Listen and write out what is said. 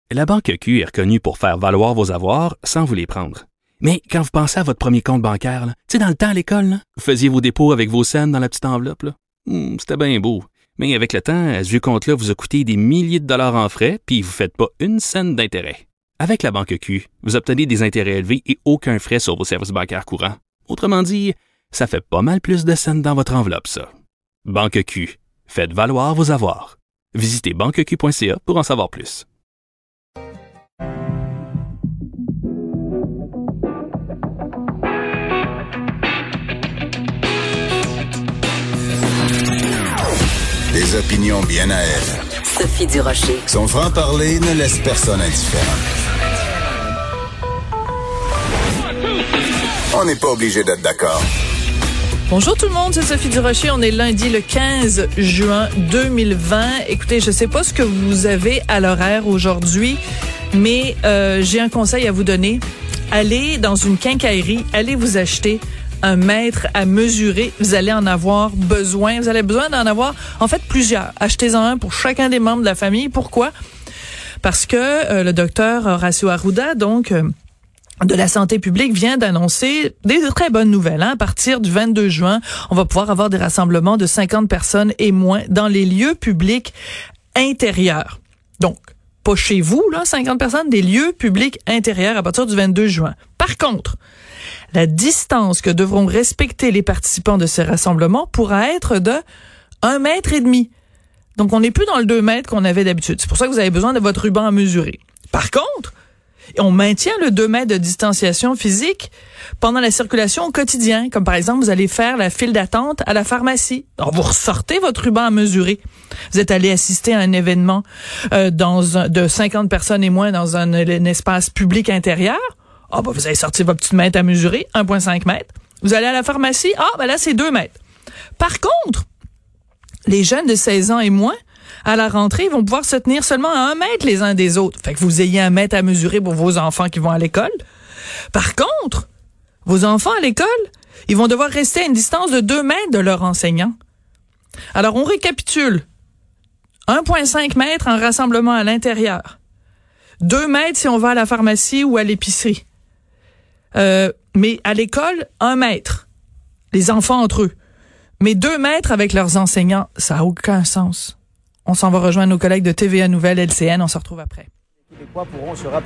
La Banque Q est reconnue pour faire valoir vos avoirs sans vous les prendre. Mais quand vous pensez à votre premier compte bancaire, tu sais, dans le temps à l'école, là, vous faisiez vos dépôts avec vos scènes dans la petite enveloppe. Là. C'était bien beau. Mais avec le temps, ce vieux compte-là vous a coûté des milliers de dollars en frais, puis vous ne faites pas une scène d'intérêt. Avec la Banque Q, vous obtenez des intérêts élevés et aucun frais sur vos services bancaires courants. Autrement dit, ça fait pas mal plus de scènes dans votre enveloppe, ça. Banque Q. Faites valoir vos avoirs. Visitez banqueq.ca pour en savoir plus. Des opinions bien à elle. Sophie Durocher. Son franc-parler ne laisse personne indifférent. On n'est pas obligé d'être d'accord. Bonjour tout le monde, c'est Sophie Durocher. On est lundi le 15 juin 2020. Écoutez, je sais pas ce que vous avez à l'horaire aujourd'hui, mais j'ai un conseil à vous donner. Allez dans une quincaillerie, allez vous acheter un mètre à mesurer. Vous allez en avoir besoin. Vous avez besoin d'en avoir, en fait, plusieurs. Achetez-en un pour chacun des membres de la famille. Pourquoi? Parce que le docteur Horacio Arruda, donc de la santé publique, vient d'annoncer des très bonnes nouvelles. À partir du 22 juin, on va pouvoir avoir des rassemblements de 50 personnes et moins dans les lieux publics intérieurs. Donc, pas chez vous, 50 personnes, des lieux publics intérieurs à partir du 22 juin. Par contre, la distance que devront respecter les participants de ces rassemblements pourra être de 1,5 mètre. Donc, on n'est plus dans le 2 mètres qu'on avait d'habitude. C'est pour ça que vous avez besoin de votre ruban à mesurer. Par contre, on maintient le 2 mètres de distanciation physique pendant la circulation au quotidien. Comme par exemple, vous allez faire la file d'attente à la pharmacie. Alors, vous ressortez votre ruban à mesurer. Vous êtes allé assister à un événement de 50 personnes et moins dans un espace public intérieur. Vous avez sorti votre petite mètre à mesurer, 1,5 mètres. Vous allez à la pharmacie, là, c'est 2 mètres. Par contre, les jeunes de 16 ans et moins, à la rentrée, ils vont pouvoir se tenir seulement à 1 mètre les uns des autres. Fait que vous ayez 1 mètre à mesurer pour vos enfants qui vont à l'école. Par contre, vos enfants à l'école, ils vont devoir rester à une distance de 2 mètres de leur enseignant. Alors, on récapitule. 1,5 mètres en rassemblement à l'intérieur. 2 mètres si on va à la pharmacie ou à l'épicerie. Mais à l'école, 1 mètre. Les enfants entre eux. Mais 2 mètres avec leurs enseignants, ça n'a aucun sens. On s'en va rejoindre nos collègues de TVA Nouvelle LCN. On se retrouve après.